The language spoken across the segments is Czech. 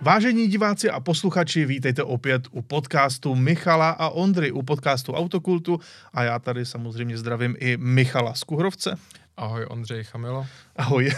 Vážení diváci a posluchači, vítejte opět u podcastu Michala a Ondry, u podcastu Autokultu a já tady samozřejmě zdravím i Michala z Kuhrovce. Ahoj Ondřej Chamilo. Ahoj.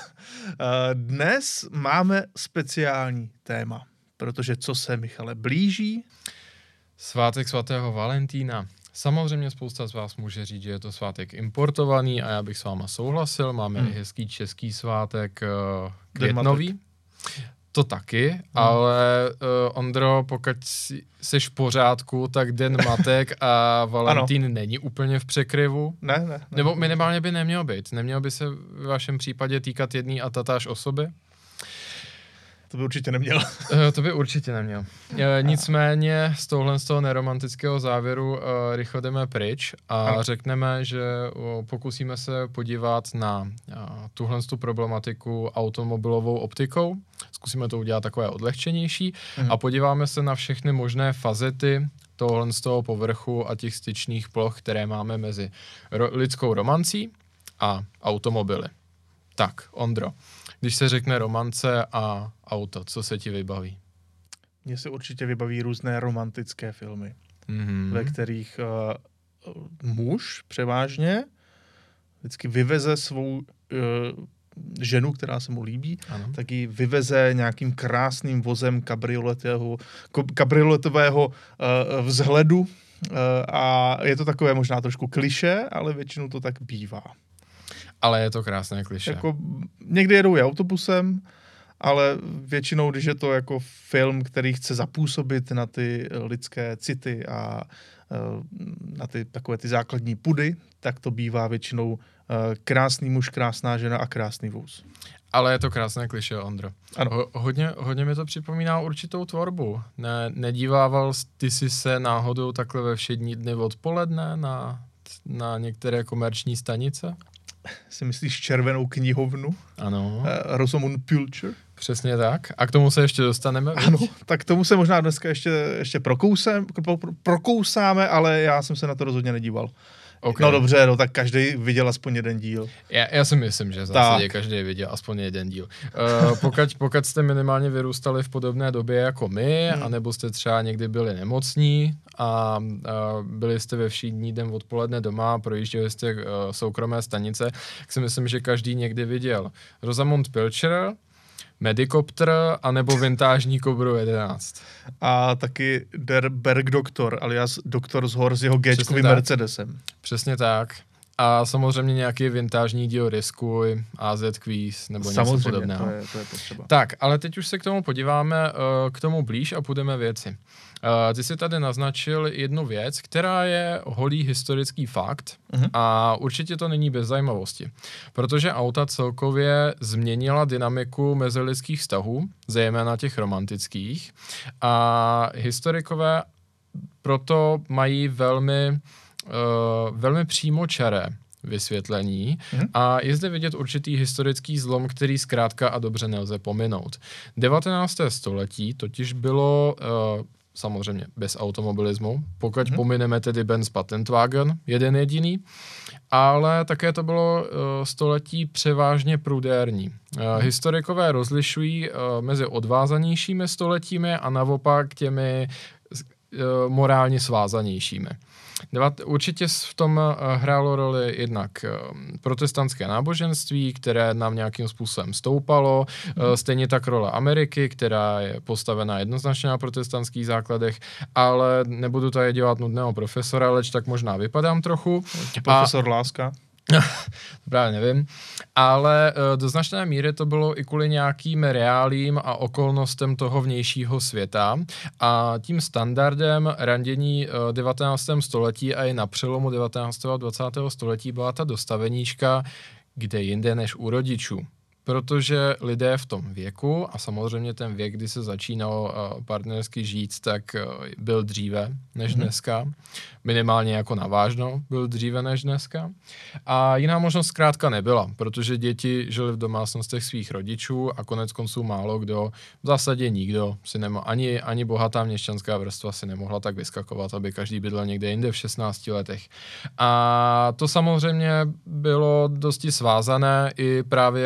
Dnes máme speciální téma, protože co se, Michale, blíží? Svátek svatého Valentína. Samozřejmě spousta z vás může říct, že je to svátek importovaný a já bych s váma souhlasil. Máme i hezký český svátek květnový. To taky, ale Ondro, pokud jsi v pořádku, tak Den matek a Valentín není úplně v překryvu. Ne. Nebo minimálně by neměl být. Neměl by se v vašem případě týkat jedné a tatáž osoby? To by určitě neměl. To by určitě neměl. Nicméně z toho neromantického závěru rychle jdeme pryč a řekneme, že pokusíme se podívat na tuhle problematiku automobilovou optikou. Zkusíme to udělat takové odlehčenější a podíváme se na všechny možné fazety tohle z toho povrchu a těch styčných ploch, které máme mezi lidskou romancí a automobily. Tak, Ondro, když se řekne romance a auto, co se ti vybaví? Mně se určitě vybaví různé romantické filmy, ve kterých muž převážně vždycky vyveze svou ženu, která se mu líbí, tak ji vyveze nějakým krásným vozem kabrioletového vzhledu a je to takové možná trošku klišé, ale většinou to tak bývá. Ale je to krásné klišé. Jako, někdy jedou i autobusem, ale většinou, když je to jako film, který chce zapůsobit na ty lidské city a na ty takové ty základní pudy, tak to bývá většinou krásný muž, krásná žena a krásný vůz. Ale je to krásné klišé, Ondro. Ano. Hodně mi to připomíná určitou tvorbu. Nedívával ty si se náhodou takhle ve všední dny odpoledne na některé komerční stanice? Si myslíš Červenou knihovnu? Ano. Rosamund Pilcher? Přesně tak. A k tomu se ještě dostaneme. Ano, tak k tomu se možná dneska ještě prokousáme, ale já jsem se na to rozhodně nedíval. Okay. No dobře, tak každý viděl aspoň jeden díl. Já si myslím, že v zásadě každý viděl aspoň jeden díl. Pokud jste minimálně vyrůstali v podobné době jako my, anebo jste třeba někdy byli nemocní a byli jste ve všední den odpoledne doma, projížděli jste soukromé stanice, tak si myslím, že každý někdy viděl Rosamund Pilcher, Medicopter anebo vintážní Cobru 11. A taky Der Bergdoktor, alias Doktor z hor s jeho G-čkovým Mercedesem. Přesně tak. A samozřejmě nějaký vintážní díl Riskuj, AZ Quiz nebo něco podobného. Samozřejmě, to je potřeba. Tak, ale teď už se k tomu podíváme k tomu blíž a půjdeme věci. Ty jsi tady naznačil jednu věc, která je holý historický fakt a určitě to není bez zajímavosti, protože auta celkově změnila dynamiku mezilidských vztahů, zejména těch romantických, a historikové proto mají velmi přímočaré vysvětlení a je zde vidět určitý historický zlom, který zkrátka a dobře nelze pominout. 19. století totiž bylo samozřejmě bez automobilismu, pokud pomineme tedy Benz Patentwagen, jeden jediný, ale také to bylo století převážně prudérní. Historikové rozlišují mezi odvázanějšími stoletími a naopak těmi morálně svázanějšími. Určitě v tom hrálo roli jednak protestantské náboženství, které nám nějakým způsobem stoupalo, stejně tak role Ameriky, která je postavená jednoznačně na protestantských základech, ale nebudu tady dělat nudného profesora, leč tak možná vypadám trochu. Profesor Láska. Právě nevím, ale do značné míry to bylo i kvůli nějakým reálím a okolnostem toho vnějšího světa a tím standardem randění 19. století a i na přelomu 19. a 20. století byla ta dostaveníčka kde jinde než u rodičů. Protože lidé v tom věku, a samozřejmě ten věk, kdy se začínalo partnersky žít, tak byl dříve než dneska. Minimálně jako navážno byl dříve než dneska. A jiná možnost zkrátka nebyla, protože děti žili v domácnostech svých rodičů a konec konců málo kdo, v zásadě nikdo, si ani bohatá měšťanská vrstva si nemohla tak vyskakovat, aby každý bydlel někde jinde v 16 letech. A to samozřejmě bylo dosti svázané i právě, jak říkám,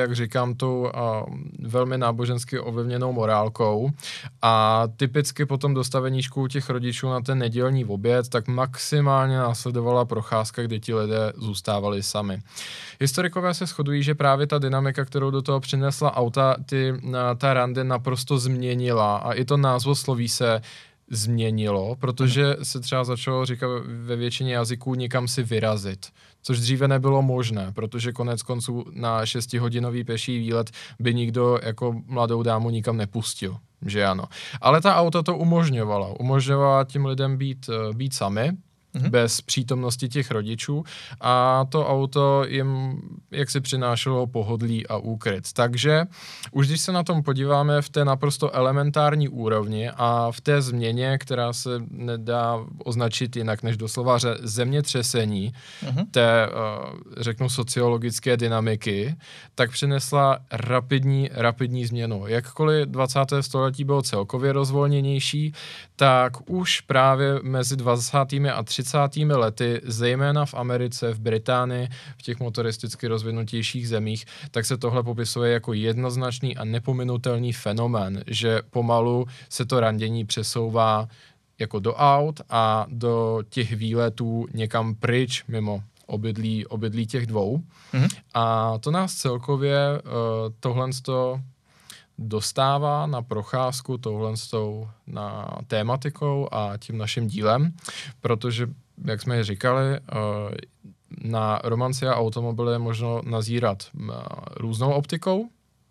tam tou velmi nábožensky ovlivněnou morálkou a typicky po tom dostavení škůl těch rodičů na ten nedělní oběd, tak maximálně následovala procházka, kde ti lidé zůstávali sami. Historikové se shodují, že právě ta dynamika, kterou do toho přinesla auta, ta rande naprosto změnila a i to názvosloví se změnilo, protože se třeba začalo říkat ve většině jazyků někam si vyrazit, což dříve nebylo možné, protože konec konců na 6hodinový peší výlet by nikdo jako mladou dámu nikam nepustil, že ano. Ale ta auta to umožňovala tím lidem být sami, bez přítomnosti těch rodičů a to auto jim jaksi přinášelo pohodlí a úkryt. Takže už když se na tom podíváme v té naprosto elementární úrovni a v té změně, která se nedá označit jinak než doslova zemětřesení té, řeknu, sociologické dynamiky, tak přinesla rapidní změnu. Jakkoliv 20. století bylo celkově rozvolněnější, tak už právě mezi 20. a 30. lety, zejména v Americe, v Británii, v těch motoristicky rozvinutějších zemích, tak se tohle popisuje jako jednoznačný a nepominutelný fenomén, že pomalu se to randění přesouvá jako do aut a do těch výletů někam pryč mimo obydlí těch dvou. A to nás celkově tohleto dostává na procházku na tématikou a tím naším dílem, protože, jak jsme říkali, na romanci a automobily je možno nazírat různou optikou,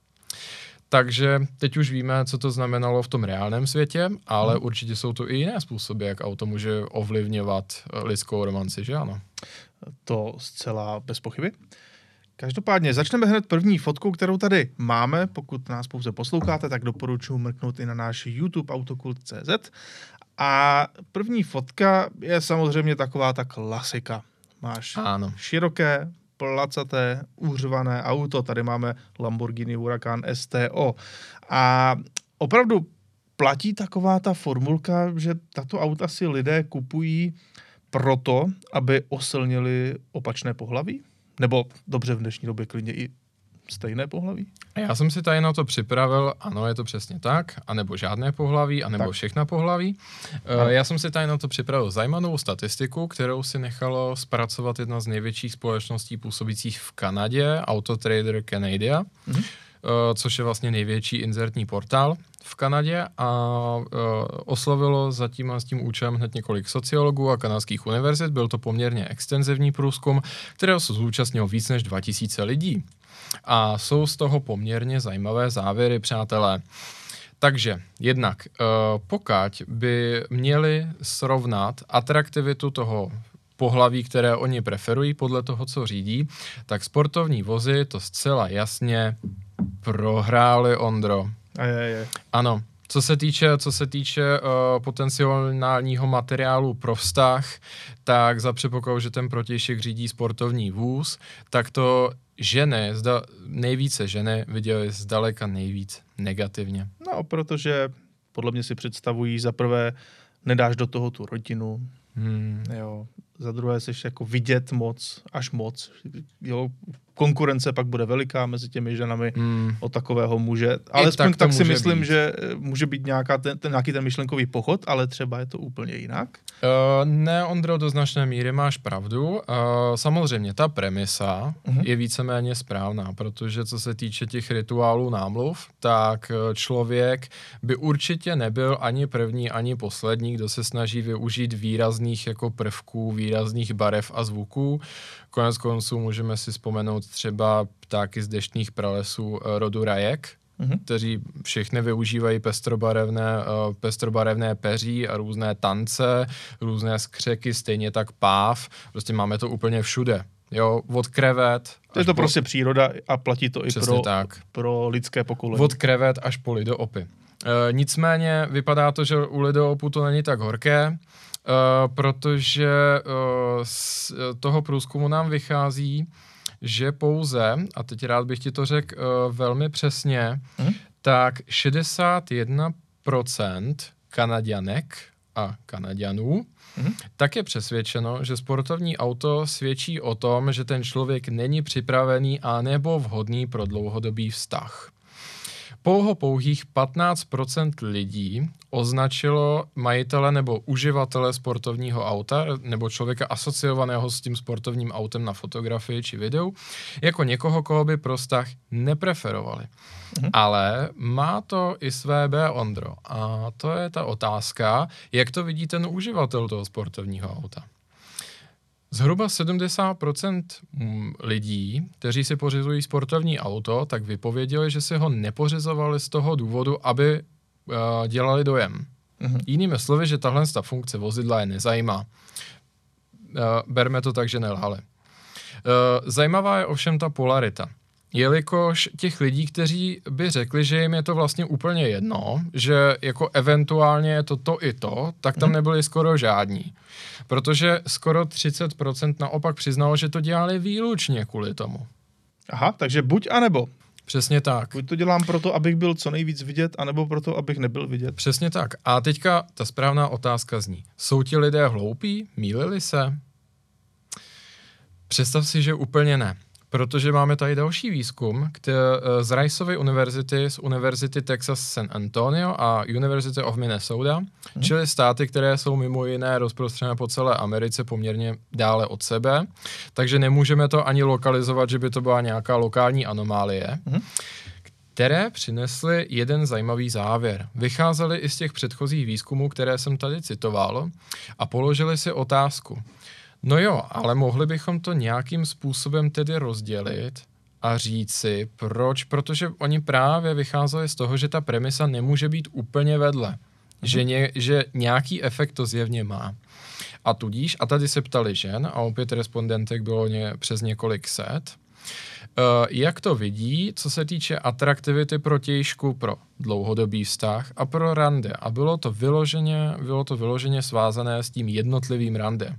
takže teď už víme, co to znamenalo v tom reálném světě, ale určitě jsou to i jiné způsoby, jak auto může ovlivňovat lidskou romanci, že ano? To zcela bez pochyby. Každopádně začneme hned první fotkou, kterou tady máme. Pokud nás pouze posloucháte, tak doporučuji mrknout i na náš YouTube autokult.cz. A první fotka je samozřejmě taková ta klasika. Máš široké, placaté, uhřvané auto. Tady máme Lamborghini Huracan STO. A opravdu platí taková ta formulka, že tato auta si lidé kupují proto, aby osilnili opačné pohlaví? Nebo dobře, v dnešní době klidně i stejné pohlaví? Já jsem si tady na to připravil, ano, je to přesně tak, anebo žádné pohlaví, anebo všechna pohlaví. Já jsem si tady na to připravil zajímavou statistiku, kterou si nechalo zpracovat jedna z největších společností působících v Kanadě, Autotrader Canada, což je vlastně největší inzertní portál v Kanadě a oslovilo zatím s tím účelem hned několik sociologů a kanadských univerzit. Byl to poměrně extenzivní průzkum, kterého se zúčastnilo víc než 2000 lidí. A jsou z toho poměrně zajímavé závěry, přátelé. Takže jednak, pokud by měli srovnat atraktivitu toho pohlaví, které oni preferují podle toho, co řídí, tak sportovní vozy to zcela jasně prohráli, Ondro. Ano. Co se týče potenciálního materiálu pro vztah, tak za předpokladu, že ten protějšek řídí sportovní vůz, tak to nejvíce ženy viděly zdaleka nejvíc negativně. No, protože podle mě si představují, za prvé nedáš do toho tu rodinu, jo, za druhé seš jako vidět až moc, jo, konkurence pak bude veliká mezi těmi ženami o takového muže. Alespoň tak si myslím, že může být nějaký ten myšlenkový pochod, ale třeba je to úplně jinak. Ne, Ondro, do značné míry máš pravdu. Samozřejmě ta premisa je víceméně správná, protože co se týče těch rituálů námluv, tak člověk by určitě nebyl ani první, ani poslední, kdo se snaží využít výrazných jako prvků, výrazných barev a zvuků. Konec konců můžeme si vzpomenout třeba ptáky z deštných pralesů rodu rajek, kteří všechny využívají pestrobarevné peří a různé tance, různé skřeky, stejně tak páv. Prostě máme to úplně všude. Jo, od krevet. To je to prostě příroda a platí to i pro lidské pokolení. Od krevet až po lidoopy. Nicméně vypadá to, že u lidoopu to není tak horké, protože z toho průzkumu nám vychází, že pouze, a teď rád bych ti to řekl velmi přesně, tak 61% Kanaďanek a Kanaďanů, tak je přesvědčeno, že sportovní auto svědčí o tom, že ten člověk není připravený a nebo vhodný pro dlouhodobý vztah. Pouhých 15% lidí označilo majitele nebo uživatele sportovního auta nebo člověka asociovaného s tím sportovním autem na fotografii či videu jako někoho, koho by pro vztah nepreferovali. Ale má to i své B, Ondro. A to je ta otázka, jak to vidí ten uživatel toho sportovního auta. Zhruba 70% lidí, kteří si pořizují sportovní auto, tak vypověděli, že si ho nepořizovali z toho důvodu, aby dělali dojem. Jinými slovy, že tahle funkce vozidla je nezajímá. Berme to tak, že nelhali. Zajímavá je ovšem ta polarita. Jelikož těch lidí, kteří by řekli, že jim je to vlastně úplně jedno, že jako eventuálně je to i to, tak tam nebyli skoro žádní. Protože skoro 30% naopak přiznalo, že to dělali výlučně kvůli tomu. Aha, takže buď a nebo. Přesně tak. Buď to dělám proto, abych byl co nejvíc vidět, anebo proto, abych nebyl vidět. Přesně tak. A teďka ta správná otázka zní. Jsou ti lidé hloupí? Mýlili se? Představ si, že úplně ne. Protože máme tady další výzkum z Riceovy univerzity, z Univerzity Texas San Antonio a University of Minnesota, čili státy, které jsou mimo jiné rozprostřené po celé Americe poměrně dále od sebe, takže nemůžeme to ani lokalizovat, že by to byla nějaká lokální anomálie, které přinesly jeden zajímavý závěr. Vycházely i z těch předchozích výzkumů, které jsem tady citoval a položili si otázku. No jo, ale mohli bychom to nějakým způsobem tedy rozdělit a říct si, proč? Protože oni právě vycházeli z toho, že ta premisa nemůže být úplně vedle. Že nějaký efekt to zjevně má. A tudíž, a tady se ptali žen, a opět respondentek bylo přes několik set, jak to vidí, co se týče atraktivity protějšku pro dlouhodobý vztah a pro rande. A bylo to vyloženě svázané s tím jednotlivým rande.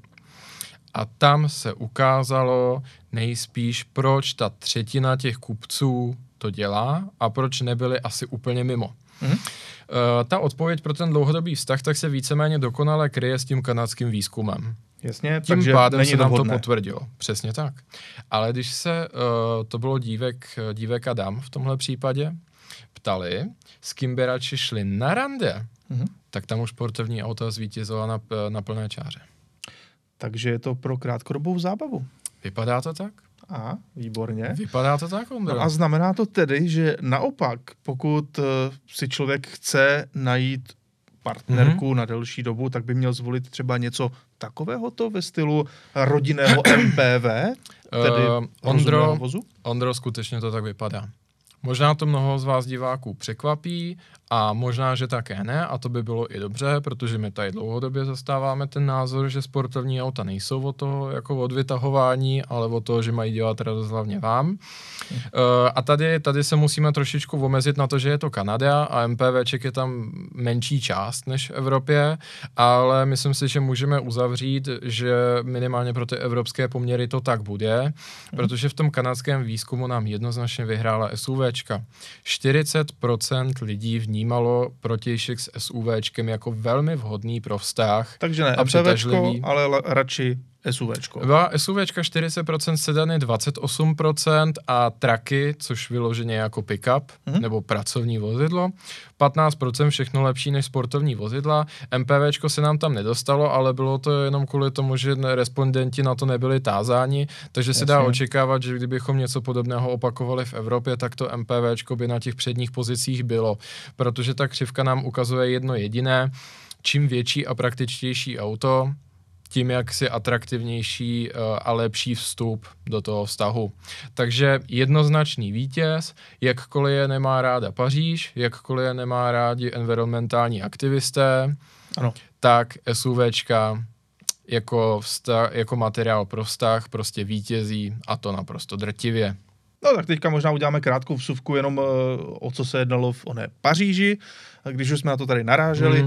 A tam se ukázalo nejspíš, proč ta třetina těch kupců to dělá a proč nebyli asi úplně mimo. Ta odpověď pro ten dlouhodobý vztah tak se víceméně dokonale kryje s tím kanadským výzkumem. Jasně, tím takže pádem není se nám to vhodné. potvrdilo. Přesně tak. Ale když se, to bylo dívek a dam v tomhle případě, ptali, s kým by radši šli na rande, tak tam už sportovní auta zvítězila na plné čáře. Takže je to pro krátkodobou zábavu. Vypadá to tak? A, výborně. Vypadá to tak, Ondro. No a znamená to tedy, že naopak, pokud si člověk chce najít partnerku na delší dobu, tak by měl zvolit třeba něco takovéhoto ve stylu rodinného MPV, tedy rozumného vozu? Ondro, skutečně to tak vypadá. Možná to mnoho z vás diváků překvapí a možná, že také ne, a to by bylo i dobře, protože my tady dlouhodobě zastáváme ten názor, že sportovní auta nejsou od toho jako od vytahování, ale od toho, že mají dělat radost hlavně vám. A tady se musíme trošičku omezit na to, že je to Kanada a MPVček je tam menší část než v Evropě, ale myslím si, že můžeme uzavřít, že minimálně pro ty evropské poměry to tak bude, protože v tom kanadském výzkumu nám jednoznačně vyhrála SUVčka. 40% lidí vnímalo protějšek s SUVčkem jako velmi vhodný pro vztah. Takže ne MPVčko, ale radši SUVčko. Byla SUVčka 40%, sedany 28% a trucky, což vyloženě jako pick-up, nebo pracovní vozidlo, 15%, všechno lepší než sportovní vozidla. MPVčko se nám tam nedostalo, ale bylo to jenom kvůli tomu, že respondenti na to nebyli tázáni, takže se dá očekávat, že kdybychom něco podobného opakovali v Evropě, tak to MPVčko by na těch předních pozicích bylo, protože ta křivka nám ukazuje jedno jediné, čím větší a praktičtější auto, tím jaksi atraktivnější a lepší vstup do toho vztahu. Takže jednoznačný vítěz, jakkoliv je nemá ráda Paříž, jakkoliv je nemá rádi environmentální aktivisté, ano. Tak SUVčka jako materiál pro vztah prostě vítězí a to naprosto drtivě. No tak teďka možná uděláme krátkou vsuvku jenom o co se jednalo v oné Paříži, když už jsme na to tady naráželi.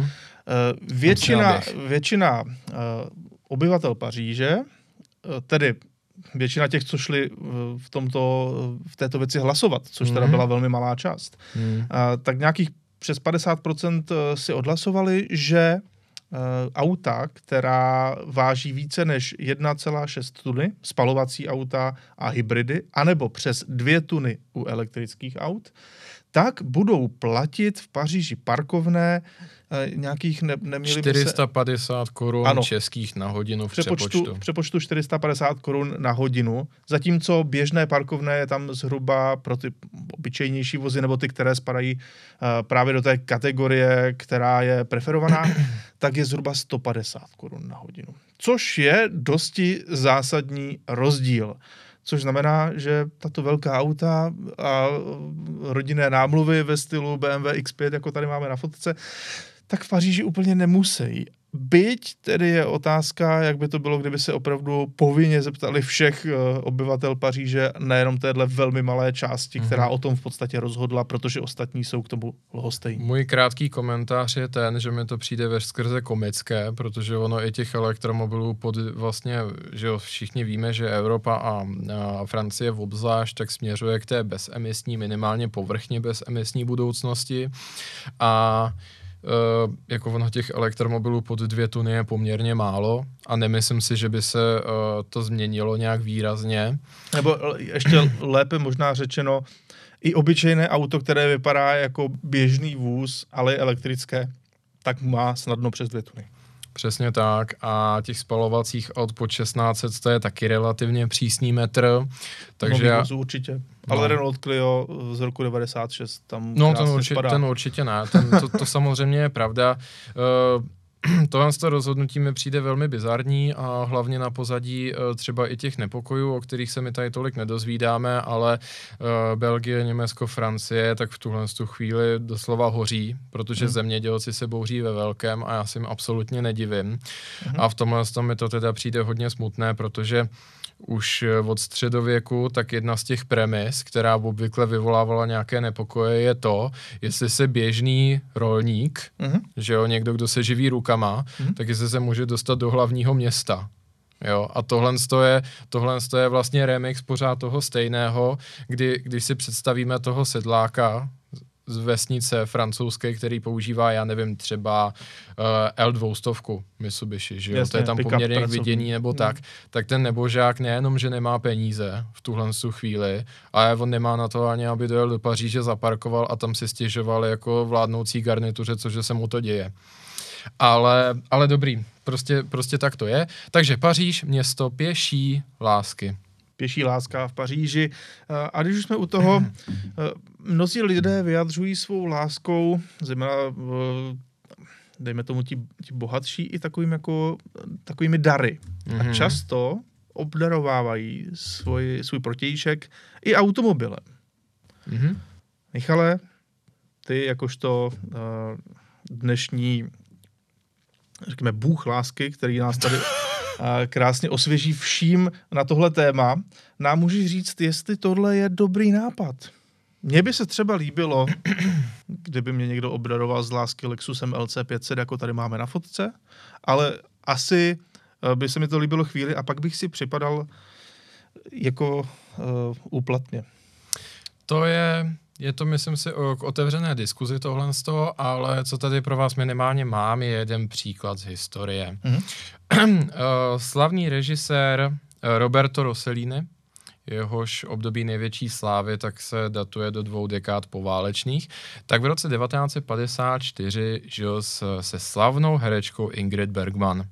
Většina obyvatel Paříže, tedy většina těch, co šli v této věci hlasovat, což teda byla velmi malá část, tak nějakých přes 50% si odhlasovali, že auta, která váží více než 1,6 tuny, spalovací auta a hybridy, anebo přes 2 tuny u elektrických aut, tak budou platit v Paříži parkovné nějakých neměli 450 korun českých na hodinu v přepočtu. V přepočtu 450 korun na hodinu, zatímco běžné parkovné je tam zhruba pro ty obyčejnější vozy nebo ty, které spadají právě do té kategorie, která je preferovaná, tak je zhruba 150 korun na hodinu. Což je dosti zásadní rozdíl. Což znamená, že tato velká auta a rodinné námluvy ve stylu BMW X5, jako tady máme na fotce, tak v Paříži úplně nemusí. Byť tedy je otázka, jak by to bylo, kdyby se opravdu povinně zeptali všech obyvatel Paříže, nejenom téhle velmi malé části, která o tom v podstatě rozhodla, protože ostatní jsou k tomu lhostejní. Můj krátký komentář je ten, že mi to přijde veskrze komické, protože ono i těch elektromobilů vlastně, že jo, všichni víme, že Evropa a Francie obzvlášť tak směřuje k té bezemisní, minimálně povrchně bezemisní budoucnosti a jako ono těch elektromobilů pod 2 tuny je poměrně málo a nemyslím si, že by se to změnilo nějak výrazně. Nebo ještě lépe možná řečeno, i obyčejné auto, které vypadá jako běžný vůz, ale je elektrické, tak má snadno přes 2 tuny. Přesně tak a těch spalovacích aut pod 1600 to je taky relativně přísný metr. Takže vozů určitě. Ale Renault Clio z roku 96 tam ten určitě ne. To samozřejmě je pravda. Tohle rozhodnutí mi přijde velmi bizarní a hlavně na pozadí třeba i těch nepokojů, o kterých se mi tady tolik nedozvídáme, ale Belgie, Německo, Francie, tak v tuhle chvíli doslova hoří, protože zemědělci se bouří ve velkém a já si jim absolutně nedivím. A v tomhle mi to teda přijde hodně smutné, protože už od středověku, tak jedna z těch premis, která obvykle vyvolávala nějaké nepokoje, je to, jestli se běžný rolník, že jo, někdo, kdo se živí rukama, tak jestli se může dostat do hlavního města. Jo, a tohle je vlastně remix pořád toho stejného, když si představíme toho sedláka z vesnice francouzské, který používá, já nevím, třeba L200 Mitsubishi, že jo, jasně, to je tam poměrně k vidění nebo tak ten nebožák nejenom, že nemá peníze v tuhle chvíli, ale on nemá na to ani, aby dojel do Paříže, zaparkoval a tam si stěžoval jako vládnoucí garnituře, cože se mu to děje. Ale dobrý, prostě tak to je. Takže Paříž, město pěší lásky. Pěší láska v Paříži. A když už jsme u toho, mnozí lidé vyjadřují svou láskou, zejména dejme tomu ti bohatší, i takovými dary. A často obdarovávají svůj protějšek i automobilem. Michale, ty jakožto dnešní, řekněme, bůh lásky, který nás tady krásně osvěží vším na tohle téma, nám můžeš říct, jestli tohle je dobrý nápad. Mně by se třeba líbilo, kdyby mě někdo obdaroval z lásky Lexusem LC500, jako tady máme na fotce, ale asi by se mi to líbilo chvíli a pak bych si připadal jako úplatně. Je to, myslím si, k otevřené diskuzi tohle z toho, ale co tady pro vás minimálně mám, je jeden příklad z historie. Slavný režisér Roberto Rossellini, jehož období největší slávy tak se datuje do 2 dekád poválečných, tak v roce 1954 žil se slavnou herečkou Ingrid Bergman.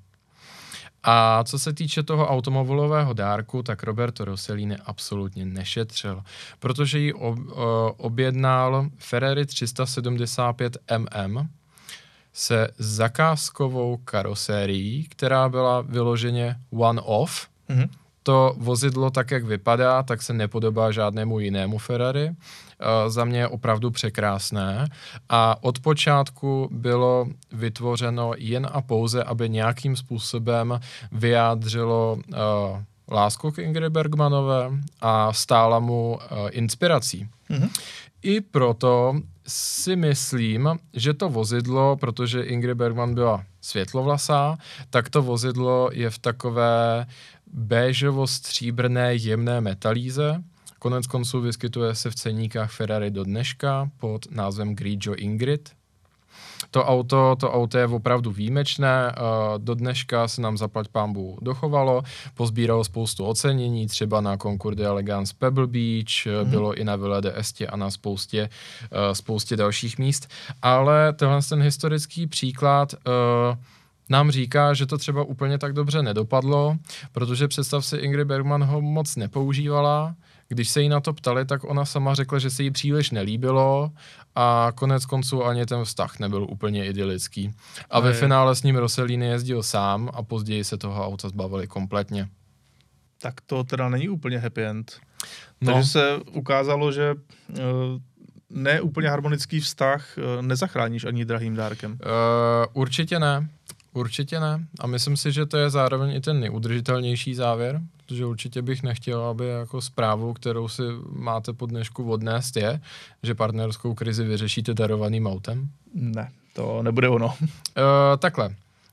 A co se týče toho automobilového dárku, tak Roberto Rossellini absolutně nešetřil, protože jí objednal Ferrari 375 MM se zakázkovou karosérií, která byla vyloženě one-off. To vozidlo, tak jak vypadá, tak se nepodobá žádnému jinému Ferrari. Za mě je opravdu překrásné a od počátku bylo vytvořeno jen a pouze, aby nějakým způsobem vyjádřilo lásku k Ingrid Bergmanové a stála mu inspirací. I proto si myslím, že to vozidlo, protože Ingrid Bergman byla světlovlasá, tak to vozidlo je v takové béžovo-stříbrné jemné metalíze. Konec konců vyskytuje se v ceníkách Ferrari do dneška pod názvem Grigio Ingrid. To auto je opravdu výjimečné, do dneška se nám zaplať pánbůh dochovalo, pozbíralo spoustu ocenění, třeba na Concorde Elegance Pebble Beach, bylo i na Villa d'Este a na spoustě dalších míst, ale ten historický příklad nám říká, že to třeba úplně tak dobře nedopadlo, protože představ si, Ingrid Bergman ho moc nepoužívala. Když se jí na to ptali, tak ona sama řekla, že se jí příliš nelíbilo a konec konců ani ten vztah nebyl úplně idylický. A ve finále s ním Rossellini jezdil sám a později se toho auta zbavili kompletně. Tak to teda není úplně happy end. No. Takže se ukázalo, že ne úplně harmonický vztah nezachráníš ani drahým dárkem. Určitě ne. Určitě ne. A myslím si, že to je zároveň i ten nejudržitelnější závěr, protože určitě bych nechtěl, aby jako zprávu, kterou si máte po dnešku odnést, je, že partnerskou krizi vyřešíte darovaným autem. Ne, to nebude ono. Takhle.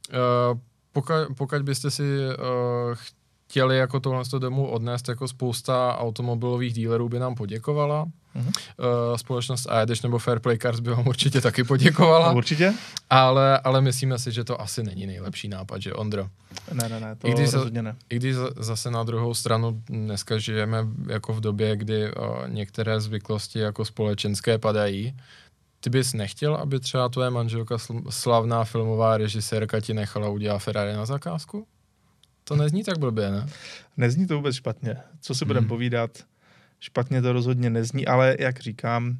Pokud byste si chtěli jako tohle domů odnést, jako spousta automobilových dealerů by nám poděkovala. Společnost Aediš nebo Fairplay Cars by vám určitě taky poděkovala. Určitě. Ale myslíme si, že to asi není nejlepší nápad, že Ondro? Ne, to rozhodně ne. I když zase na druhou stranu dneska žijeme jako v době, kdy některé zvyklosti jako společenské padají. Ty bys nechtěl, aby třeba tvoje manželka, slavná filmová režisérka, ti nechala udělat Ferrari na zakázku? To nezní tak blbě, ne? Nezní to vůbec špatně. Co si budeme povídat? Špatně to rozhodně nezní, ale jak říkám,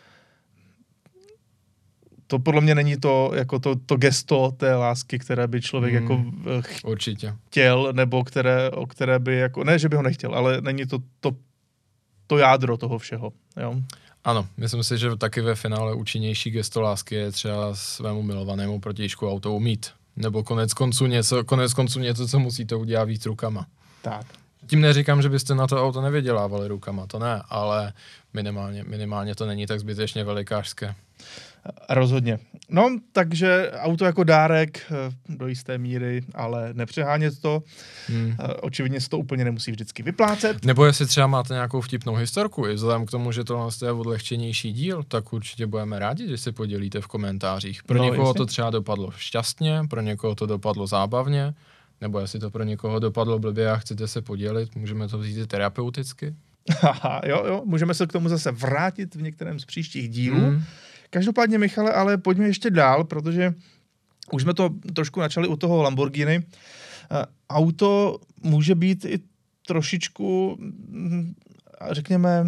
to podle mě není to, jako to gesto té lásky, které by člověk jako určitě chtěl, nebo o které by jako, ne, že by ho nechtěl, ale není to jádro toho všeho. Jo? Ano, myslím si, že taky ve finále účinnější gesto lásky je třeba svému milovanému protějšku auto umít. Nebo konec konců něco, co musíte udělat víc rukama. Tak. Tím neříkám, že byste na to auto nevydělávali rukama, to ne, ale minimálně to není tak zbytečně velikářské. Rozhodně. No, takže auto jako dárek do jisté míry, ale nepřehánět to. Očividně se to úplně nemusí vždycky vyplácet. Nebo jestli třeba máte nějakou vtipnou historku, i vzhledem k tomu, že tohle je odlehčenější díl, tak určitě budeme rádi, že si podělíte v komentářích. Pro někoho jasně. To třeba dopadlo šťastně, pro někoho to dopadlo zábavně, nebo jestli to pro někoho dopadlo blbě a chcete se podělit, můžeme to vzít terapeuticky. Jo, můžeme se k tomu zase vrátit v některém z příštích dílů. Každopádně, Michale, ale pojďme ještě dál, protože už jsme to trošku načali u toho Lamborghini. Auto může být i trošičku, řekněme,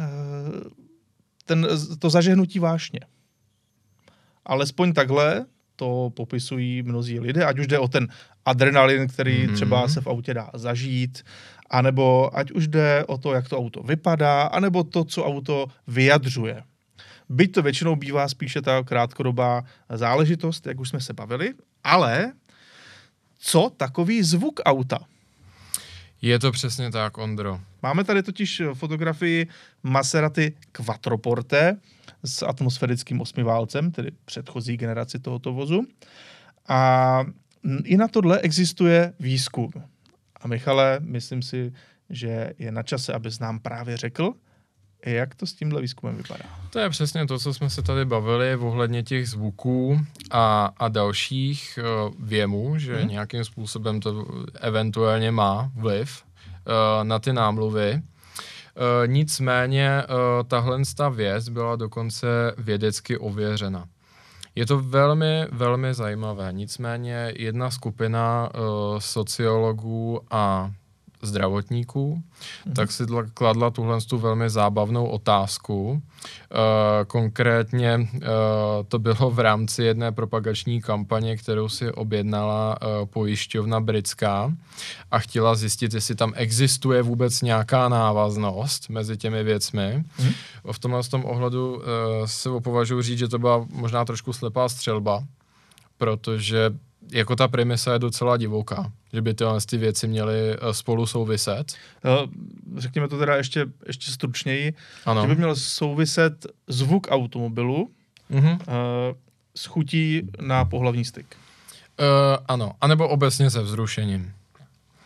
to zažehnutí vášně. Alespoň takhle to popisují mnozí lidé, ať už jde o ten adrenalin, který třeba se v autě dá zažít, anebo ať už jde o to, jak to auto vypadá, anebo to, co auto vyjadřuje. Byť to většinou bývá spíše ta krátkodobá záležitost, jak už jsme se bavili, ale co takový zvuk auta? Je to přesně tak, Ondro. Máme tady totiž fotografii Maserati Quattroporte s atmosférickým osmiválcem, tedy předchozí generaci tohoto vozu. A i na tohle existuje výzkum. A Michale, myslím si, že je na čase, abys nám právě řekl, jak to s tímhle výzkumem vypadá. To je přesně to, co jsme se tady bavili ohledně těch zvuků a dalších věmů, že nějakým způsobem to eventuálně má vliv na ty námluvy. Nicméně tahle věc byla dokonce vědecky ověřena. Je to velmi, velmi zajímavé. Nicméně jedna skupina sociologů a zdravotníků, tak si kladla tuhle velmi zábavnou otázku. Konkrétně to bylo v rámci jedné propagační kampaně, kterou si objednala pojišťovna britská a chtěla zjistit, jestli tam existuje vůbec nějaká návaznost mezi těmi věcmi. V tomhle ohledu se považuji říct, že to byla možná trošku slepá střelba, protože jako ta premisa je docela divoká, že by tyhle věci měly spolu souviset. Řekněme to teda ještě stručněji, ano. Že by měl souviset zvuk automobilu s chutí na pohlavní styk. Ano, anebo obecně se vzrušením.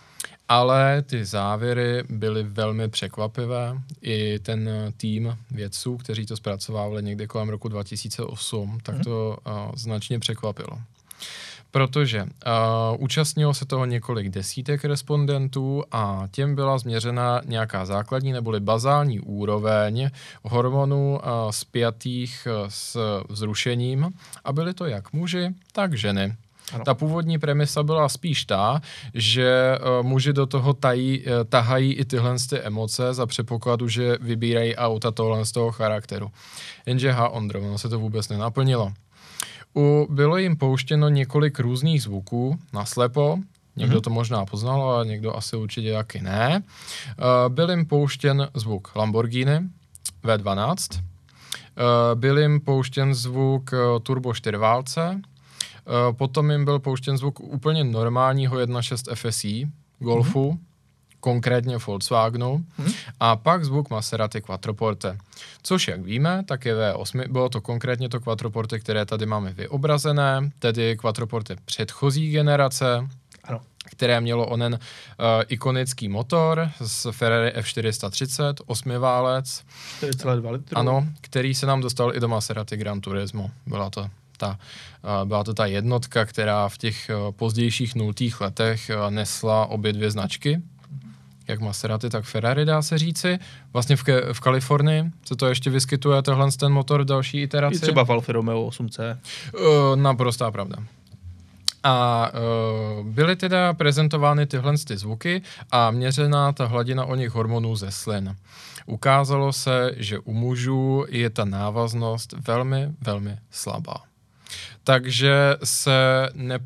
Ale ty závěry byly velmi překvapivé. I ten tým vědců, kteří to zpracovávali někdy kolem roku 2008, tak to značně překvapilo. Protože účastnilo se toho několik desítek respondentů a těm byla změřena nějaká základní neboli bazální úroveň hormonů spjatých s vzrušením a byly to jak muži, tak ženy. Ano. Ta původní premisa byla spíš ta, že muži do toho tahají i tyhle emoce za předpokladu, že vybírají auta tohle z toho charakteru. Jenže ono se to vůbec nenaplnilo. Bylo jim pouštěno několik různých zvuků naslepo, někdo to možná poznal, ale někdo asi určitě taky ne. Byl jim pouštěn zvuk Lamborghini V12, byl jim pouštěn zvuk turbo 4válce, potom jim byl pouštěn zvuk úplně normálního 1.6 FSI Golfu, konkrétně Volkswagenu, a pak zvuk Maserati Quattroporte. Což, jak víme, tak je V8, bylo to konkrétně to Quattroporte, které tady máme vyobrazené, tedy Quattroporte předchozí generace, ano, které mělo onen ikonický motor z Ferrari F430, 8válec. 4,2 litru. Ano, který se nám dostal i do Maserati Gran Turismo. Byla to ta jednotka, která v těch pozdějších 0. letech nesla obě dvě značky, jak Maserati, tak Ferrari, dá se říci. Vlastně v Kalifornii se to ještě vyskytuje, ten motor v další iteraci. I třeba v Alfa Romeo 8C. Naprostá pravda. A byly teda prezentovány tyhle zvuky a měřená ta hladina o nich hormonů ze slin. Ukázalo se, že u mužů je ta návaznost velmi, velmi slabá. Takže se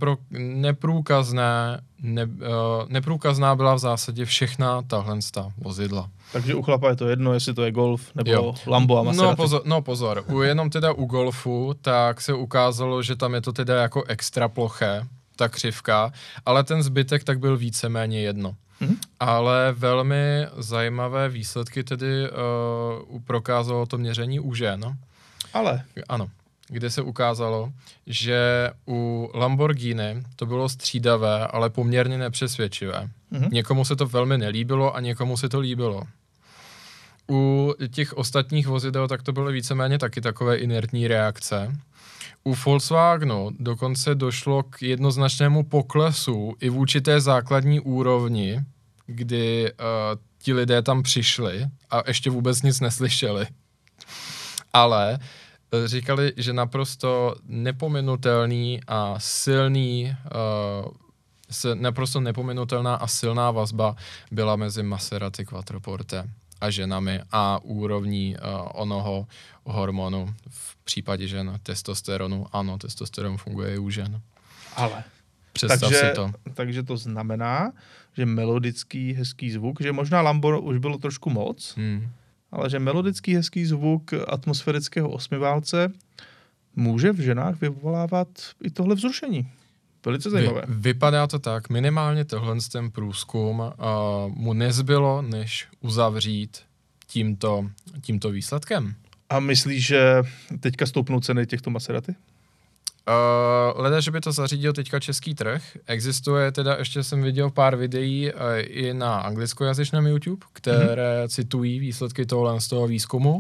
neprůkazná byla v zásadě všechna tahle vozidla. Takže u chlapa je to jedno, jestli to je Golf nebo Lambo a Maserati. Pozor. Jenom teda u Golfu, tak se ukázalo, že tam je to teda jako extra ploché, ta křivka, ale ten zbytek tak byl víceméně jedno. Ale velmi zajímavé výsledky tedy prokázalo to měření u žen. Ale? Ano. Kde se ukázalo, že u Lamborghini to bylo střídavé, ale poměrně nepřesvědčivé. Někomu se to velmi nelíbilo a někomu se to líbilo. U těch ostatních vozidel tak to byly víceméně taky takové inertní reakce. U Volkswagenu dokonce došlo k jednoznačnému poklesu i vůči té základní úrovni, kdy ti lidé tam přišli a ještě vůbec nic neslyšeli. Ale říkali, že naprosto nepominutelný a silný, naprosto nepominutelná a silná vazba byla mezi Maserati Quattroporte a ženami a úrovní onoho hormonu v případě žen testosteronu. Ano, testosteron funguje i u žen. Ale. Představ si to. Takže to znamená, že melodický, hezký zvuk, že možná Lambo už bylo trošku moc, ale že melodický, hezký zvuk atmosférického 8válce může v ženách vyvolávat i tohle vzrušení. Velice zajímavé. Vypadá to tak. Minimálně tohle ten průzkum mu nezbylo, než uzavřít tímto výsledkem. A myslíš, že teďka stoupnou ceny těchto Maserati? Leda, že by to zařídil teďka český trh. Existuje teda, ještě jsem viděl pár videí i na anglickojazyczném YouTube, které citují výsledky z toho výzkumu.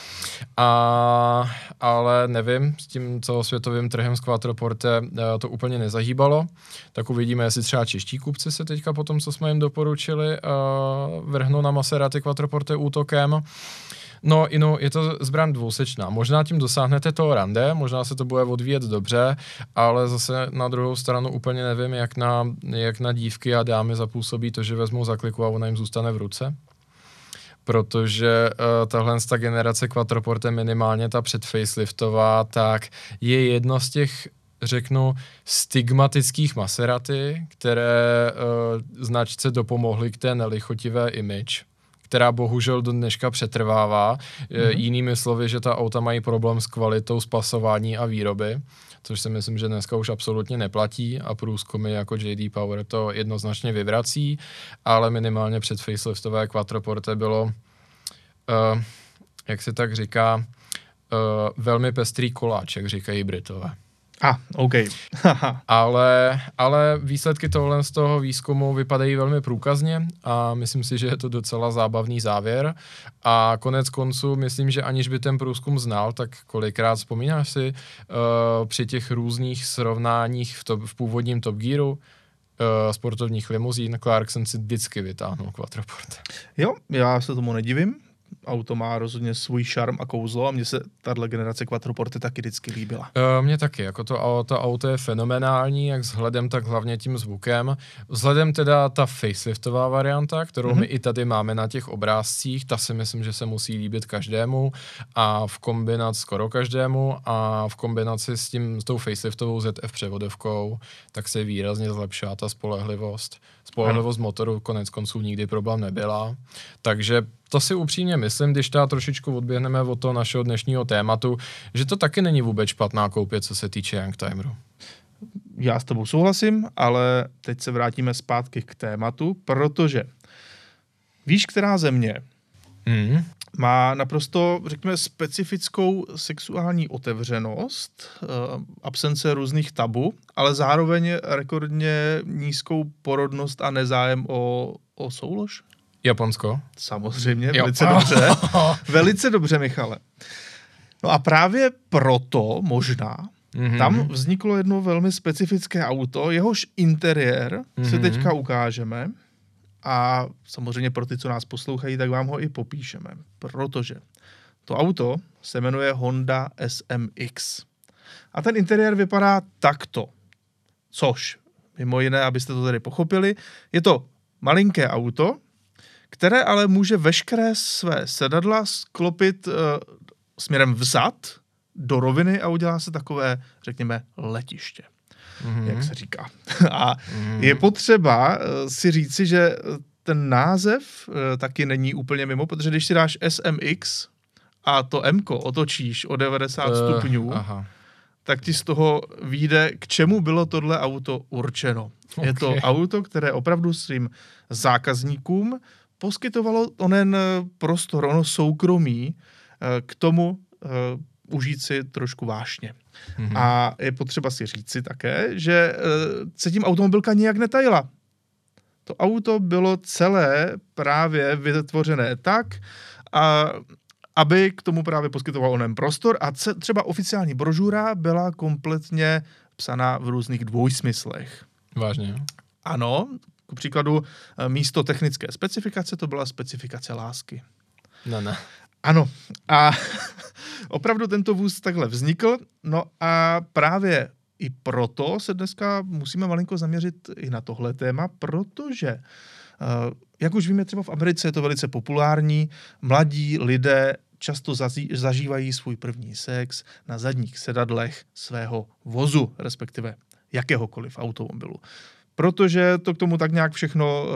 Ale nevím, s tím celosvětovým trhem z Quattroporte to úplně nezahýbalo. Tak uvidíme, jestli třeba čeští kupci se teďka po tom, co jsme jim doporučili, vrhnou na Maserati Quattroporte útokem. No, je to zbraň dvousečná. Možná tím dosáhnete toho rande, možná se to bude odvíjet dobře, ale zase na druhou stranu úplně nevím, jak na dívky a dámy zapůsobí to, že vezmou zakliku a ona jim zůstane v ruce. Protože tahle generace Quattroporte, minimálně ta předfaceliftová, tak je jedno z těch, řeknu, stigmatických Maserati, které značce dopomohly k té nelichotivé image, která bohužel do dneška přetrvává. Jinými slovy, že ta auta mají problém s kvalitou spasování a výroby, což si myslím, že dneska už absolutně neplatí a průzkumy jako JD Power to jednoznačně vyvrací, ale minimálně před faceliftové Quattroporte bylo, jak se tak říká, velmi pestrý koláč, jak říkají Britové. OK. ale výsledky tohle z toho výzkumu vypadají velmi průkazně a myslím si, že je to docela zábavný závěr. A konec konců, myslím, že aniž by ten průzkum znal, tak kolikrát vzpomínáš si při těch různých srovnáních v původním Top Gearu sportovních limuzín, Clarkson si vždycky vytáhnul quattroporte. Jo, já se tomu nedivím. Auto má rozhodně svůj šarm a kouzlo a mně se tahle generace quattroporty taky vždycky líbila. Mně taky, jako to auto je fenomenální, jak vzhledem, tak hlavně tím zvukem. Vzhledem teda ta faceliftová varianta, kterou my i tady máme na těch obrázcích, ta si myslím, že se musí líbit každému a v kombinaci skoro každému a v kombinaci s tou faceliftovou ZF převodovkou, tak se výrazně zlepšila ta spolehlivost. Spolehlivost motoru konec konců nikdy problém nebyla, takže to si upřímně myslím, když teda trošičku odběhneme od toho našeho dnešního tématu, že to taky není vůbec špatná koupě, co se týče Youngtimeru. Já s tebou souhlasím, ale teď se vrátíme zpátky k tématu, protože víš, která země má naprosto, řekněme, specifickou sexuální otevřenost, absence různých tabu, ale zároveň rekordně nízkou porodnost a nezájem o soulož? Japonsko? Samozřejmě, velice dobře. Velice dobře, Michale. No a právě proto možná tam vzniklo jedno velmi specifické auto, jehož interiér si teďka ukážeme a samozřejmě pro ty, co nás poslouchají, tak vám ho i popíšeme, protože to auto se jmenuje Honda SMX. A ten interiér vypadá takto, což mimo jiné, abyste to tady pochopili, je to malinké auto, které ale může veškeré své sedadla sklopit směrem vzad do roviny a udělá se takové, řekněme, letiště, jak se říká. A je potřeba si říci, že ten název taky není úplně mimo, protože když si dáš SMX a to M-ko otočíš o 90 stupňů, tak ti z toho vyjde, k čemu bylo tohle auto určeno. Okay. Je to auto, které opravdu svým zákazníkům poskytovalo onen prostor, ono soukromí k tomu užít si trošku vášně. A je potřeba si říci také, že se tím automobilka nijak netajila. To auto bylo celé právě vytvořené tak, aby k tomu právě poskytoval onen prostor a třeba oficiální brožura byla kompletně psaná v různých dvojsmyslech. Vážně? Ano, ku příkladu místo technické specifikace to byla specifikace lásky. Ne. Ano. A opravdu tento vůz takhle vznikl, no a právě i proto se dneska musíme malinko zaměřit i na tohle téma, protože, jak už víme, třeba v Americe je to velice populární, mladí lidé často zažívají svůj první sex na zadních sedadlech svého vozu, respektive jakéhokoliv automobilu. Protože to k tomu tak nějak všechno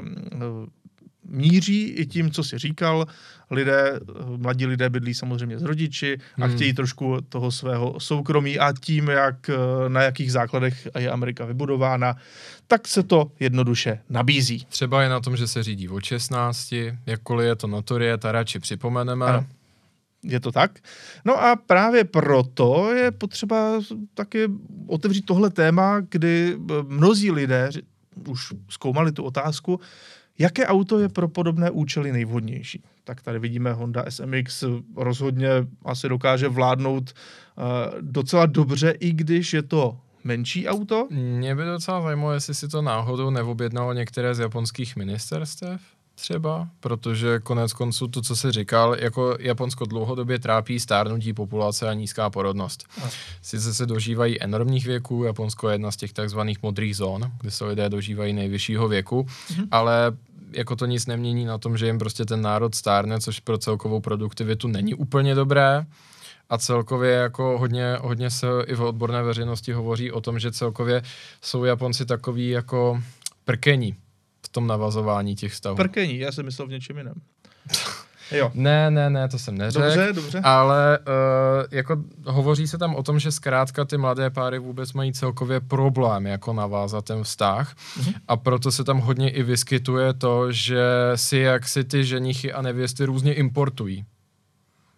míří i tím, co jsi říkal. Mladí lidé bydlí samozřejmě s rodiči a chtějí trošku toho svého soukromí a tím, na jakých základech je Amerika vybudována, tak se to jednoduše nabízí. Třeba je na tom, že se řídí od 16, jakkoliv je to notoriet a radši připomeneme. Ano. Je to tak? No a právě proto je potřeba taky otevřít tohle téma, kdy mnozí lidé už zkoumali tu otázku, jaké auto je pro podobné účely nejvhodnější. Tak tady vidíme Honda SMX rozhodně asi dokáže vládnout docela dobře, i když je to menší auto. Mě by docela zajímalo, jestli si to náhodou neobjednalo některé z japonských ministerstev třeba, protože konec konců to, co jsi říkal, jako Japonsko dlouhodobě trápí stárnutí populace a nízká porodnost. Sice se dožívají enormních věků, Japonsko je jedna z těch takzvaných modrých zón, kde se lidé dožívají nejvyššího věku, ale jako to nic nemění na tom, že jim prostě ten národ stárne, což pro celkovou produktivitu není úplně dobré. A celkově jako hodně se i v odborné veřejnosti hovoří o tom, že celkově jsou Japonci takový jako prkení v tom navazování těch vztahů. Prkení, já jsem myslel v něčem jiném. Jo. Ne, to jsem neřekl. Dobře. Ale jako hovoří se tam o tom, že zkrátka ty mladé páry vůbec mají celkově problém jako navázat ten vztah a proto se tam hodně i vyskytuje to, že si ty ženichy a nevěsty různě importují.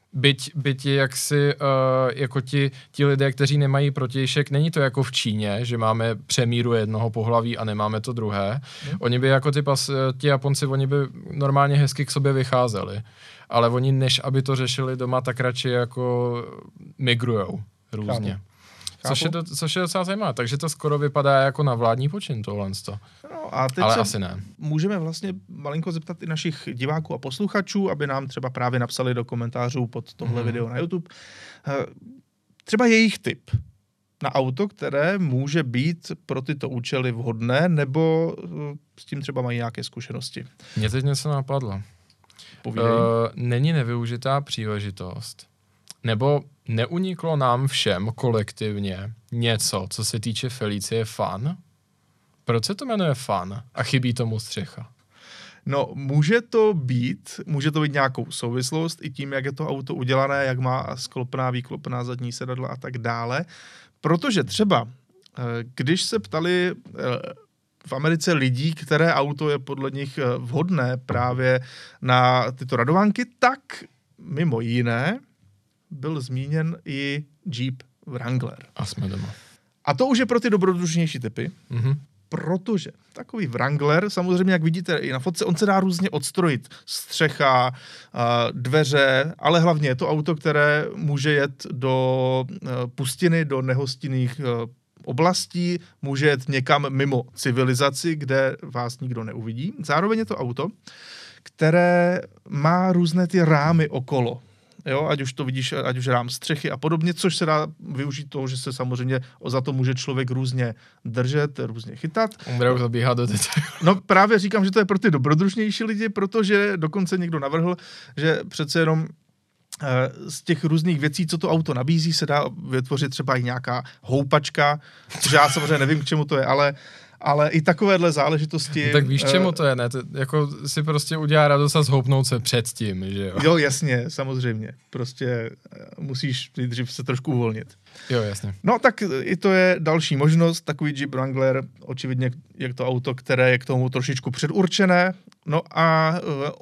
Byť je jaksi jako ti lidé, kteří nemají protějšek, není to jako v Číně, že máme přemíru jednoho pohlaví a nemáme to druhé. Oni by jako ti Japonci, oni by normálně hezky k sobě vycházeli. Ale oni, než aby to řešili doma, tak radši jako migrujou různě. Což je docela zajímavé. Takže to skoro vypadá jako na vládní počin tohle. No a teď ale asi ne. Můžeme vlastně malinko zeptat i našich diváků a posluchačů, aby nám třeba právě napsali do komentářů pod tohle video na YouTube. Třeba jejich tip na auto, které může být pro tyto účely vhodné, nebo s tím třeba mají nějaké zkušenosti. Mně teď něco napadlo. Není nevyužitá příležitost, nebo neuniklo nám všem kolektivně něco, co se týče Felicie Fun? Proč se to jmenuje Fun a chybí tomu střecha? No, může to být nějakou souvislost i tím, jak je to auto udělané, jak má sklopená, výklopená zadní sedadla a tak dále. Protože třeba, když se ptali v Americe lidí, které auto je podle nich vhodné právě na tyto radovánky, tak mimo jiné byl zmíněn i Jeep Wrangler. A jsme doma. A to už je pro ty dobrodružnější typy, protože takový Wrangler, samozřejmě, jak vidíte i na fotce, on se dá různě odstrojit. Střecha, dveře, ale hlavně je to auto, které může jet do pustiny, do nehostinných oblastí, může jet někam mimo civilizaci, kde vás nikdo neuvidí. Zároveň je to auto, které má různé ty rámy okolo. Jo, ať už to vidíš, ať už rám střechy a podobně, což se dá využít toho, že se samozřejmě za to může člověk různě držet, různě chytat. Budou zabíhat do detailu. No právě říkám, že to je pro ty dobrodružnější lidi, protože dokonce někdo navrhl, že přece jenom z těch různých věcí, co to auto nabízí, se dá vytvořit třeba i nějaká houpačka, že já samozřejmě nevím, k čemu to je, ale i takovéhle záležitosti. No tak víš, čemu to je, ne? To jako si prostě udělá radost a zhoupnout se předtím, že jo? Jo, jasně, samozřejmě. Prostě musíš nejdřív se trošku uvolnit. Jo, jasně. No tak i to je další možnost, takový Jeep Wrangler, očividně je to auto, které je k tomu trošičku předurčené. No a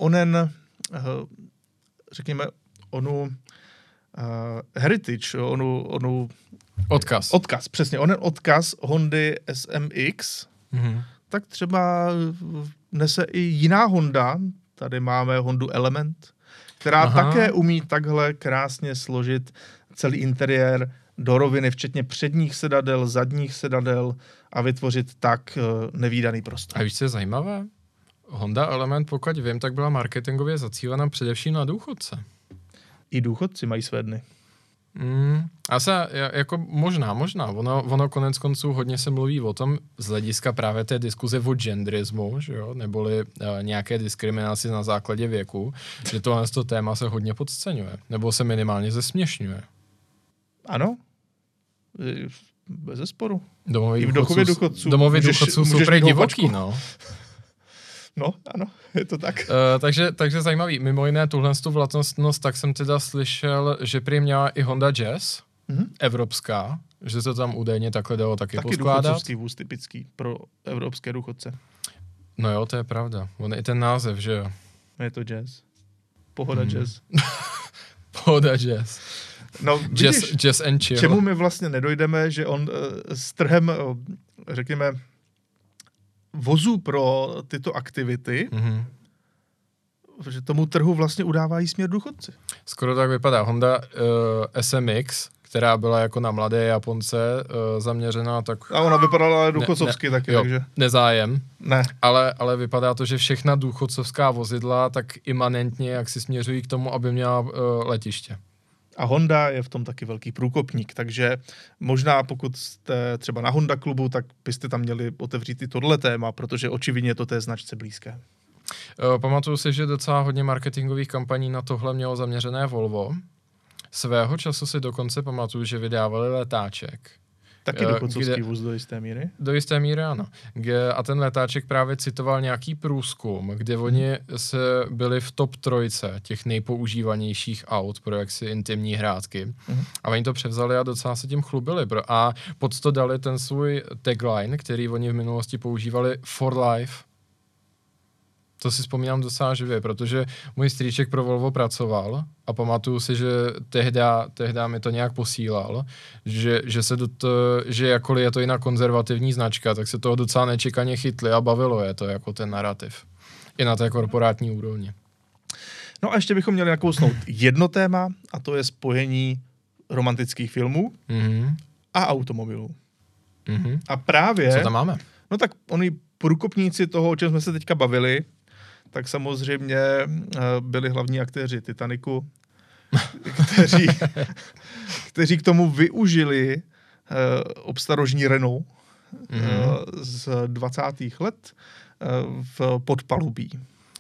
onu heritage, onu Odkaz, přesně. Onen odkaz Hondy SMX, tak třeba nese i jiná Honda. Tady máme Hondu Element, která také umí takhle krásně složit celý interiér do roviny, včetně předních sedadel, zadních sedadel a vytvořit tak nevídaný prostor. A víš, co je zajímavé? Honda Element, pokud vím, tak byla marketingově zacílena především na důchodce. I důchodci mají své dny. Jako možná. Ono konec konců hodně se mluví o tom z hlediska právě té diskuze o genderismu, že jo? Neboli nějaké diskriminaci na základě věku, že tohle téma se hodně podceňuje, nebo se minimálně zesměšňuje. Ano, bez zesporu. Domovy důchodců jsou prej divoký, no. No, ano, je to tak. Takže zajímavý. Mimo jiné tuhle vlastnost, tak jsem teda slyšel, že prý měla i Honda Jazz, evropská, že se tam údajně takhle dalo taky poskládat. Taky důchodcovský vůz typický pro evropské důchodce. No jo, to je pravda. On je i ten název, že jo. Je to Jazz. Pohoda Jazz. Pohoda Jazz. No, vidíš, jazz and chill. Čemu my vlastně nedojdeme, že on s trhem, řekněme, vozů pro tyto aktivity, že tomu trhu vlastně udávají směr důchodci. Skoro tak vypadá. Honda SMX, která byla jako na mladé Japonce zaměřená, tak... A ona vypadala důchodcovsky taky, jo, takže... Nezájem. Ne. Ale vypadá to, že všechna důchodcovská vozidla tak imanentně jak si směřují k tomu, aby měla letiště. A Honda je v tom taky velký průkopník, takže možná pokud jste třeba na Honda klubu, tak byste tam měli otevřít i tohle téma, protože očividně to té značce blízké. Pamatuju si, že docela hodně marketingových kampaní na tohle mělo zaměřené Volvo. Svého času si dokonce pamatuju, že vydávali letáček. Taky důchodcovský vůz do jisté míry? Do jisté míry, ano. A ten letáček právě citoval nějaký průzkum, kde oni se byli v top 3 těch nejpoužívanějších aut pro jaksi intimní hrátky. A oni to převzali a docela se tím chlubili. A pod to dali ten svůj tagline, který oni v minulosti používali For Life. To si vzpomínám docela živě, protože můj strýček pro Volvo pracoval a pamatuju si, že tehda mi to nějak posílal, že jakkoliv je to jiná konzervativní značka, tak se toho docela nečekaně chytli a bavilo je to jako ten narrativ. I na té korporátní úrovni. No a ještě bychom měli nakousnout jedno téma, a to je spojení romantických filmů a automobilů. A právě... Co tam máme? No tak oni průkopníci toho, o čem jsme se teďka bavili, tak samozřejmě byli hlavní aktéři Titaniku, kteří k tomu využili obstarožní Renault z 20. let v podpalubí.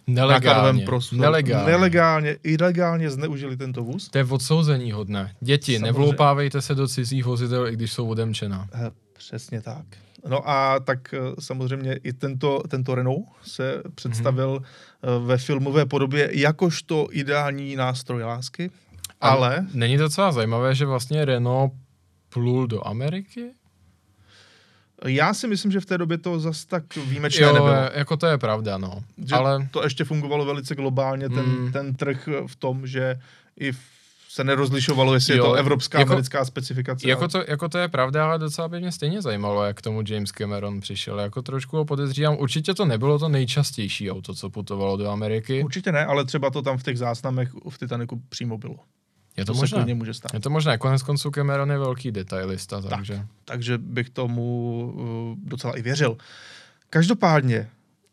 Ilegálně zneužili tento vůz. To je odsouzení hodné. Děti, nevloupávejte se do cizích vozidel, i když jsou odemčená. Přesně tak. No a tak samozřejmě i tento Renault se představil ve filmové podobě jakožto ideální nástroj lásky, ale... Není to docela zajímavé, že vlastně Renault plul do Ameriky? Já si myslím, že v té době to zas tak výjimečné nebylo. Jako to je pravda, no. Že ale... to ještě fungovalo velice globálně, ten trh v tom, že i se nerozlišovalo, jestli je to evropská, americká specifikace. Jako to je pravda, ale docela by mě stejně zajímalo, jak k tomu James Cameron přišel. Jako trošku ho podezřívám. Určitě to nebylo to nejčastější auto, co putovalo do Ameriky. Určitě ne, ale třeba to tam v těch záznamech v Titaniku přímo bylo. Je to možné. Může stát. Je to možné. Konec konců Cameron je velký detailista, takže... Takže bych tomu docela i věřil. Každopádně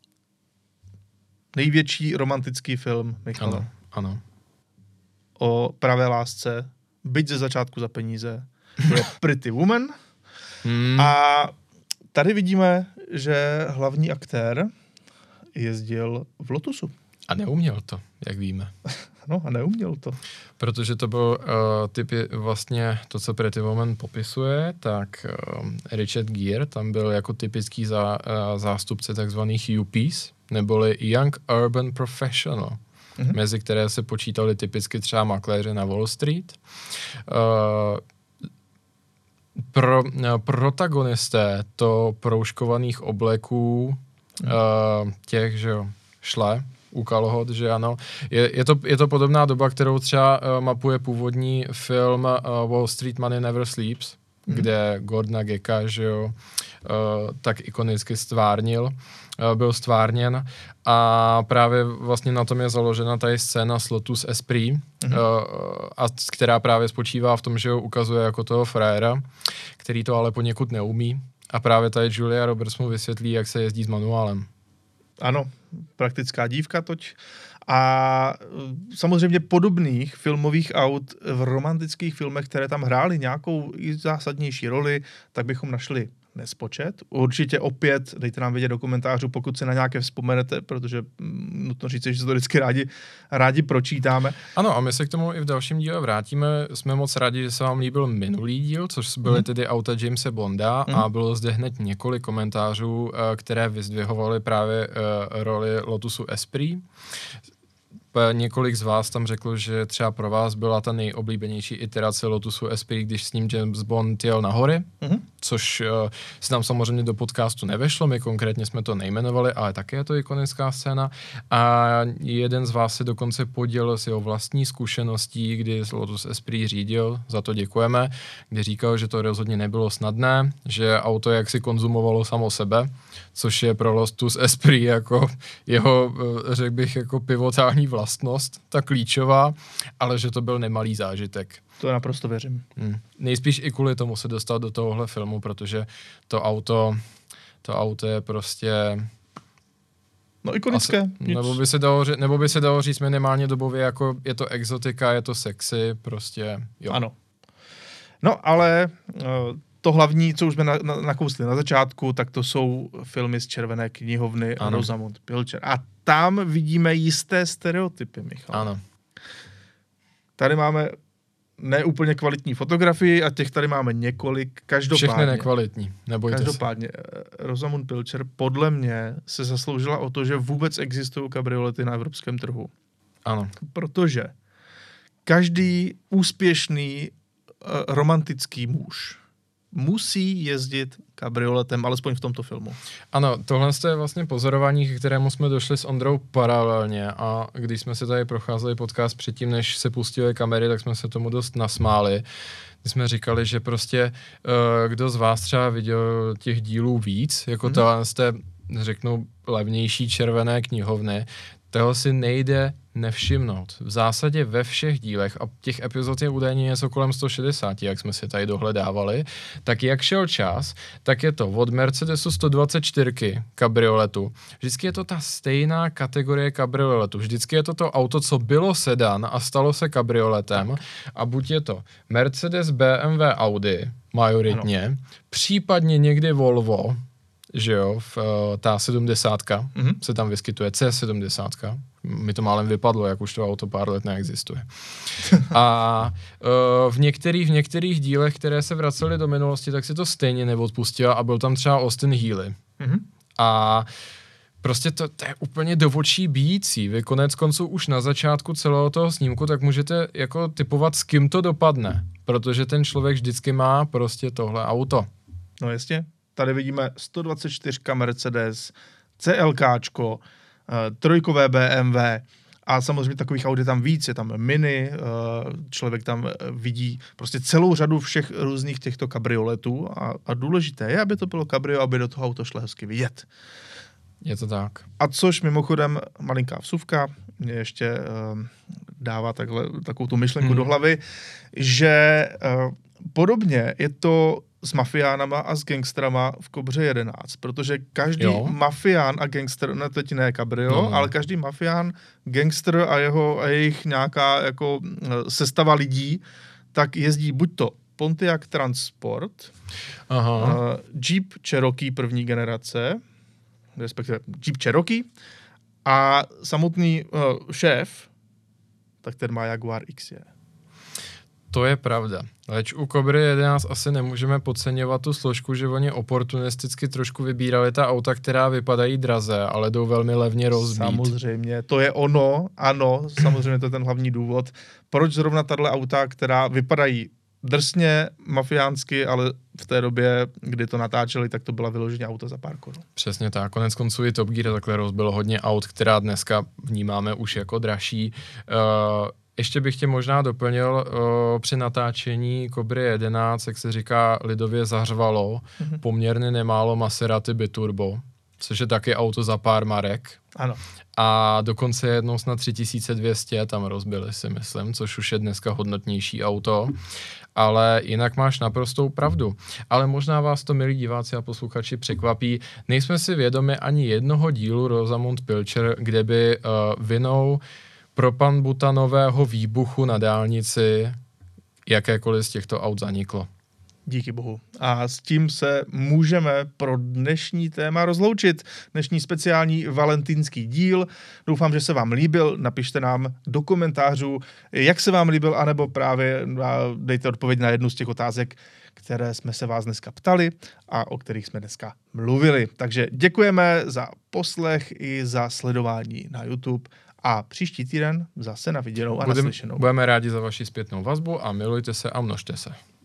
největší romantický film, Michale. Ano. O pravé lásce, byť ze začátku za peníze. To je Pretty Woman. A tady vidíme, že hlavní aktér jezdil v Lotusu. A neuměl to, jak víme. No a neuměl to. Protože to byl vlastně to, co Pretty Woman popisuje, tak Richard Gere tam byl jako typický zástupce takzvaných UPs, neboli Young Urban Professional, mezi které se počítali typicky třeba makléři na Wall Street. Protagonisté to proužkovaných obleků těch, že jo, šle u kalhot, že ano. Je to podobná doba, kterou třeba mapuje původní film Wall Street Money Never Sleeps, kde Gordona Gecka, že jo, tak ikonicky byl stvárněn a právě vlastně na tom je založena ta scéna z Lotus Esprit, a která právě spočívá v tom, že ho ukazuje jako toho fréra, který to ale poněkud neumí a právě tady Julia Roberts mu vysvětlí, jak se jezdí s manuálem. Ano, praktická dívka toť. A samozřejmě podobných filmových aut v romantických filmech, které tam hrály nějakou zásadnější roli, tak bychom našli nespočet. Určitě opět dejte nám vědět do komentářů, pokud si na nějaké vzpomenete, protože nutno říct, že se to vždycky rádi pročítáme. Ano, a my se k tomu i v dalším díle vrátíme. Jsme moc rádi, že se vám líbil minulý díl, což byly tedy auta Jamese Bonda a bylo zde hned několik komentářů, které vyzdvihovaly právě roli Lotusu Esprit. Několik z vás tam řeklo, že třeba pro vás byla ta nejoblíbenější iterace Lotusu Esprit, když s ním James Bond jel na hory, což se nám samozřejmě do podcastu nevešlo, my konkrétně jsme to nejmenovali, ale také je to ikonická scéna. A jeden z vás se dokonce podělil s jeho vlastní zkušeností, kdy Lotus Esprit řídil, za to děkujeme, kdy říkal, že to rozhodně nebylo snadné, že auto jaksi konzumovalo samo sebe, což je pro Lotus Esprit jako jeho, řekl bych, jako pivotální vlastnost, ta klíčová, ale že to byl nemalý zážitek. To naprosto věřím. Nejspíš i kvůli tomu se dostal do tohohle filmu, protože to auto je prostě... No ikonické. Nebo by se dalo říct minimálně dobově, jako je to exotika, je to sexy, prostě jo. Ano. No ale... To hlavní, co už jsme nakousli na začátku, tak to jsou filmy z Červené knihovny Rosamund Pilcher. A tam vidíme jisté stereotypy, Michal. Ano. Tady máme neúplně kvalitní fotografii a těch tady máme několik. Všechny nekvalitní, nebojte každopádně, Rosamund Pilcher podle mě se zasloužila o to, že vůbec existují kabriolety na evropském trhu. Ano. Protože každý úspěšný romantický muž musí jezdit kabrioletem, alespoň v tomto filmu. Ano, tohle je vlastně pozorování, k kterému jsme došli s Ondrou paralelně a když jsme si tady procházeli podcast předtím, než se pustily kamery, tak jsme se tomu dost nasmáli. My jsme říkali, že prostě kdo z vás třeba viděl těch dílů víc, jako tohle z té, řeknu, levnější červené knihovny, toho si nejde nevšimnout. V zásadě ve všech dílech, a těch epizod je údajně něco kolem 160, jak jsme si tady dohledávali, tak jak šel čas, tak je to od Mercedesu 124 kabrioletu. Vždycky je to ta stejná kategorie kabrioletu. Vždycky je to to auto, co bylo sedan a stalo se kabrioletem. A buď je to Mercedes, BMW, Audi, majoritně, případně někdy Volvo, že jo, ta 70 se tam vyskytuje, C70. Mi to málem vypadlo, jak už to auto pár let neexistuje. A v některých dílech, které se vracely do minulosti, tak si to stejně neodpustila a byl tam třeba Austin Healey. A prostě to je úplně do očí bijící. Vy konec konců už na začátku celého toho snímku tak můžete jako typovat, s kým to dopadne, protože ten člověk vždycky má prostě tohle auto. No jasně. Tady vidíme 124 Mercedes, CLKčko, trojkové BMW a samozřejmě takových aut je tam víc, je tam Mini, člověk tam vidí prostě celou řadu všech různých těchto kabrioletů a důležité je, aby to bylo kabrio, aby do toho auto šlo hezky vidět. Je to tak. A což mimochodem malinká vsuvka mě ještě dává takovou tu myšlenku do hlavy, že podobně je to s mafiánama a s gangstrama v Kobře 11, protože každý mafián a gangster, ne teď ne kabrio, ale každý mafián, gangster a jejich nějaká jako sestava lidí, tak jezdí buď to Pontiac Transport, Jeep Cherokee první generace, respektive Jeep Cherokee a samotný šéf, tak ten má Jaguar XJ. To je pravda. Leč u Cobry 11 asi nemůžeme podceňovat tu složku, že oni oportunisticky trošku vybírali ta auta, která vypadají draze, ale jdou velmi levně rozbít. Samozřejmě, to je ono, ano, samozřejmě to je ten hlavní důvod. Proč zrovna tahle auta, která vypadají drsně, mafiánsky, ale v té době, kdy to natáčeli, tak to byla vyloženě auta za pár korun. Přesně tak. Konec konců i Top Gear takhle rozbilo hodně aut, která dneska vnímáme už jako dražší. Ještě bych tě možná doplnil, při natáčení Cobry 11, jak se říká, lidově zařvalo poměrně nemálo Maserati Biturbo, což je taky auto za pár marek. Ano. A dokonce jednou snad 3200 tam rozbili, si myslím, což už je dneska hodnotnější auto. Ale jinak máš naprostou pravdu. Ale možná vás to, milí diváci a posluchači, překvapí. Nejsme si vědomi ani jednoho dílu Rosamund Pilcher, kde by vinou propanbutanového výbuchu na dálnici jakékoliv z těchto aut zaniklo. Díky bohu. A s tím se můžeme pro dnešní téma rozloučit. Dnešní speciální valentýnský díl. Doufám, že se vám líbil. Napište nám do komentářů, jak se vám líbil, anebo právě dejte odpověď na jednu z těch otázek, které jsme se vás dneska ptali a o kterých jsme dneska mluvili. Takže děkujeme za poslech i za sledování na YouTube. A příští týden zase na viděnou a naslyšenou. Budeme rádi za vaši zpětnou vazbu a milujte se a množte se.